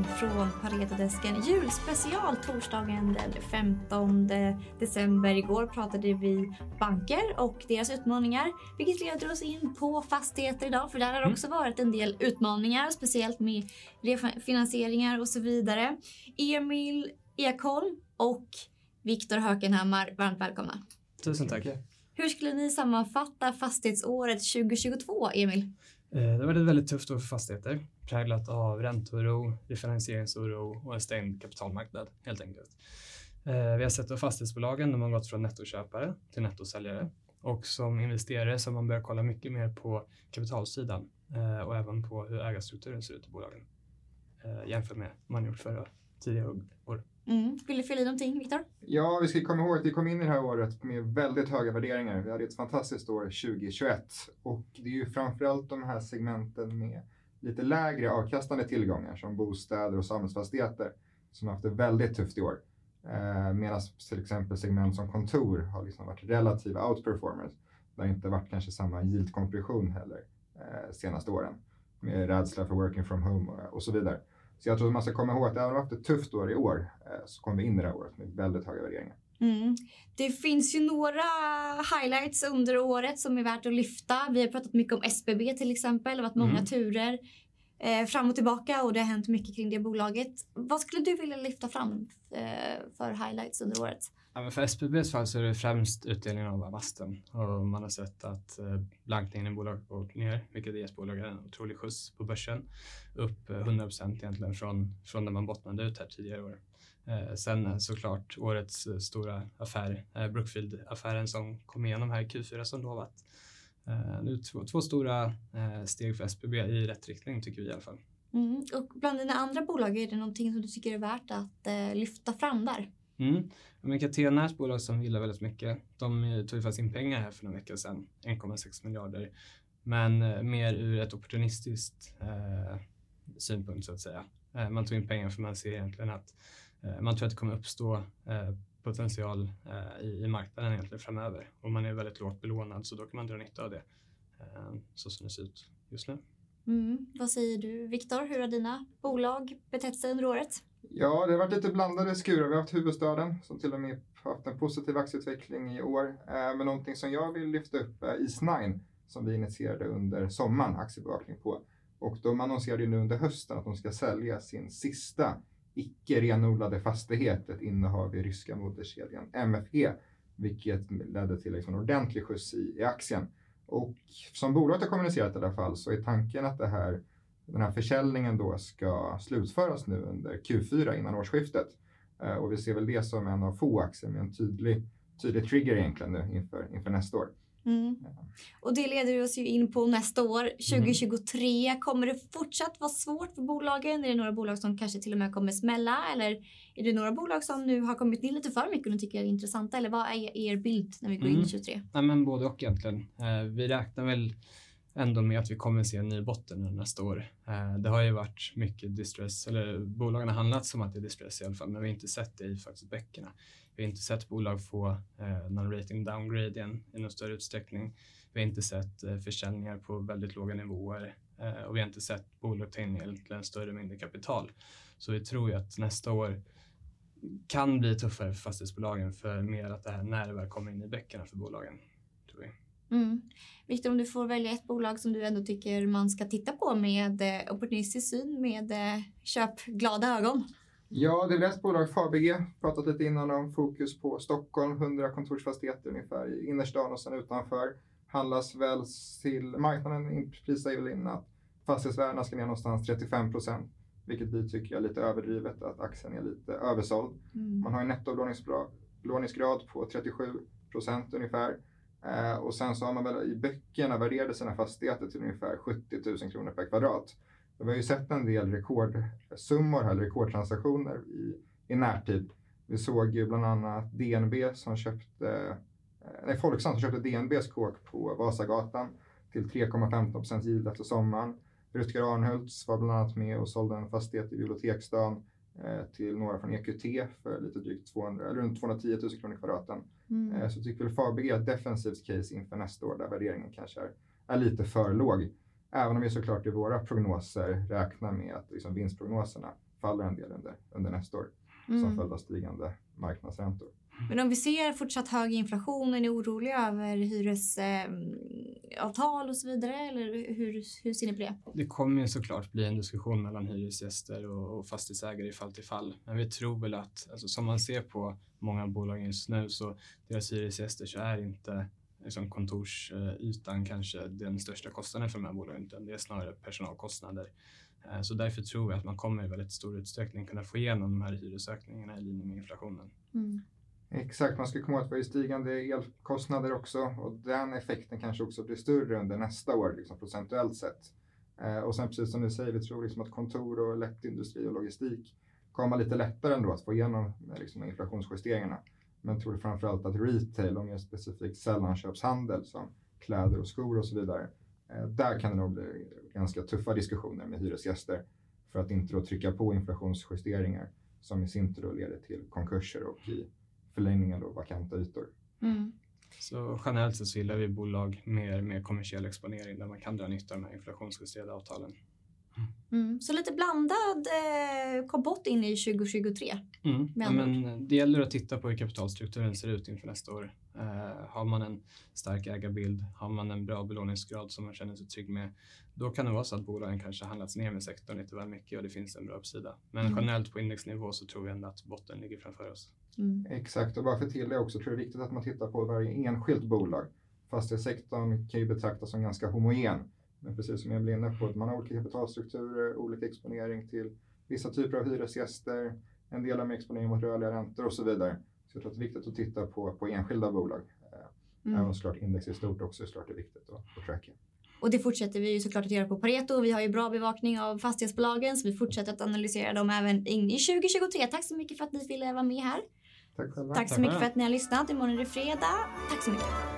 Johansson från Paretodesken. Julspecial torsdagen den 15 december. Igår pratade vi banker och deras utmaningar, vilket leder oss in på fastigheter idag. För där har också varit en del utmaningar, speciellt med refinansieringar och så vidare. Emil Ekholm och Viktor Hökenhammar, varmt välkomna. Tusen tack. Hur skulle ni sammanfatta fastighetsåret 2022, Emil? Det var ett väldigt tufft år för fastigheter, präglat av ränteoro, refinansieringsoro och en stängd kapitalmarknad helt enkelt. Vi har sett att fastighetsbolagen har gått från nettoköpare till nettosäljare, och som investerare så har man börjat kolla mycket mer på kapitalsidan och även på hur ägarstrukturen ser ut i bolagen jämfört med vad man gjort förra tidigare år. Vill du fylla i någonting, Viktor? Ja, vi ska komma ihåg att vi kom in i det här året med väldigt höga värderingar. Vi hade ett fantastiskt år 2021 och det är ju framförallt de här segmenten med lite lägre avkastande tillgångar som bostäder och samhällsfastigheter som har haft det väldigt tufft i år. Medan till exempel segment som kontor har liksom varit relativa outperformers. Det har inte varit kanske samma yield-kompression heller senaste åren med rädsla för working from home och så vidare. Så jag tror att man ska komma ihåg att även om vi har haft ett tufft år i år så kommer vi in i det här året med väldigt höga värderingar. Det finns ju några highlights under året som är värt att lyfta. Vi har pratat mycket om SBB till exempel. Det har varit många turer fram och tillbaka och det har hänt mycket kring det bolaget. Vad skulle du vilja lyfta fram för highlights under året? Ja, men för SBBs fall så är det främst utdelningen av Amasten. Och man har sett att blankningen i bolaget går ner, vilket ger bolaget en otrolig skjuts på börsen. Upp 100% egentligen från när man bottnade ut här tidigare år. Sen såklart årets stora affär, Brookfield-affären som kom igenom här i Q4 som lovat. Nu två stora steg för SBB i rätt riktning tycker vi i alla fall. Och bland dina andra bolag, är det någonting som du tycker är värt att lyfta fram där? Men Catena är ett bolag som gillar väldigt mycket. De tog fast in pengar här för några veckor sedan, 1,6 miljarder. Men mer ur ett opportunistiskt synpunkt så att säga. Man tog in pengar för man ser egentligen att man tror att det kommer uppstå potential i marknaden egentligen framöver. Och man är väldigt lågt belånad så då kan man dra nytta av det så som det ser ut just nu. Vad säger du, Viktor? Hur har dina bolag betett sig under året? Ja, det har varit lite blandade skurar. Vi har haft huvudstaden som till och med haft en positiv aktieutveckling i år. Men någonting som jag vill lyfta upp är Eastnine som vi initierade under sommaren aktiebevakning på. Och de annonserade ju nu under hösten att de ska sälja sin sista icke-renodlade fastighet, ett innehav i ryska moderkedjan MFG, vilket ledde till en ordentlig skjuts i aktien. Och som bolaget har kommunicerat i alla fall så är tanken att den här försäljningen då ska slutföras nu under Q4 innan årsskiftet. Och vi ser väl det som en av få aktier med en tydlig trigger egentligen nu inför nästa år. Och det leder oss ju in på nästa år, 2023. Kommer det fortsatt vara svårt för bolagen? Är det några bolag som kanske till och med kommer smälla? Eller är det några bolag som nu har kommit in lite för mycket och nu tycker jag är intressanta? Eller vad är er bild när vi går in i 2023? Ja, men både och egentligen. Vi räknar väl ändå med att vi kommer se en ny botten nästa år. Det har ju varit mycket distress, eller bolagen har handlat som att det är distress i alla fall, men vi har inte sett det i faktiskt böckerna. Vi har inte sett bolag få någon rating downgrade i någon större utsträckning. Vi har inte sett försäljningar på väldigt låga nivåer och vi har inte sett bolag ta in egentligen en större mängd kapital. Så vi tror ju att nästa år kan bli tuffare för fastighetsbolagen för mer att det här när det väl kommer in i böckerna för bolagen, tror vi. Viktor, om du får välja ett bolag som du ändå tycker man ska titta på med opportunistisk syn, med köpglada ögon. Ja, det är ett bolag, Fabege, pratat lite innan om fokus på Stockholm, 100 kontorsfastigheter ungefär i innerstan och sen utanför. Handlas väl till marknaden, prisar väl in att fastighetsvärdena ska ner någonstans 35%, vilket vi tycker är lite överdrivet, att aktien är lite översåld. Man har en nettobelåningsgrad på 37% ungefär. Och sen så har man väl i böckerna värderade sina fastigheter till ungefär 70 000 kronor per kvadrat. Vi har ju sett en del rekordsummor eller rekordtransaktioner i närtid. Vi såg ju bland annat Folksam som köpte DNBs kåk på Vasagatan till 3,15% yield efter sommaren. Rutger Arnhults var bland annat med och sålde en fastighet i Biblioteksstaden till några från EQT för lite drygt runt 210 000 kronor kvadraten. Så tycker väl Fabege är ett defensivt case inför nästa år där värderingen kanske är lite för låg. Även om vi såklart i våra prognoser räknar med att vinstprognoserna faller en del under nästa år som följd av stigande marknadsräntor. Men om vi ser fortsatt hög inflation, är ni oroliga över hyresavtal och så vidare? Eller hur ser ni på det? Det kommer ju såklart bli en diskussion mellan hyresgäster och fastighetsägare i fall till fall. Men vi tror väl att, alltså, som man ser på många bolag just nu, så deras hyresgäster så är inte liksom kontorsytan kanske den största kostnaden för de här bolagen, utan det är snarare personalkostnader. Så därför tror jag att man kommer i väldigt stor utsträckning kunna få igenom de här hyresökningarna i linje med inflationen. Exakt, man ska komma ihåg att vi har stigande elkostnader också, och den effekten kanske också blir större under nästa år liksom, procentuellt sett. Och sen precis som du säger, vi tror liksom att kontor och lättindustri och logistik kommer lite lättare ändå att få igenom liksom, inflationsjusteringarna. Men jag tror framförallt att retail och mer specifikt sällanköpshandel som kläder och skor och så vidare, där kan det nog bli ganska tuffa diskussioner med hyresgäster för att inte då trycka på inflationsjusteringar som i sin tur då leder till konkurser och i förlängningen då vakanta ytor. Så generellt så gillar vi bolag med kommersiell exponering där man kan dra nytta av de här inflationsjusterade avtalen. Så lite blandad kompott in i 2023. Men det gäller att titta på hur kapitalstrukturen ser ut inför nästa år. Har man en stark ägarbild, har man en bra belåningsgrad som man känner sig trygg med, då kan det vara så att bolagen kanske handlats ner med sektorn lite väl mycket och det finns en bra uppsida. Men generellt på indexnivå så tror vi ändå att botten ligger framför oss. Exakt, och bara för till det också tror jag det är viktigt att man tittar på varje enskilt bolag. Fastighetssektorn kan ju betraktas som ganska homogen. Men precis som jag blev inne på, att man har olika kapitalstrukturer, olika exponering till vissa typer av hyresgäster, en del med exponering mot rörliga räntor och så vidare. Så jag tror att det är viktigt att titta på enskilda bolag. Även såklart index i stort också är såklart det viktigt att tracka. Och det fortsätter vi ju såklart att göra på Pareto. Vi har ju bra bevakning av fastighetsbolagen, så vi fortsätter att analysera dem även in i 2023. Tack så mycket för att ni ville vara med här. Tack själva. Tack så mycket för att ni har lyssnat. Imorgon är det fredag. Tack så mycket.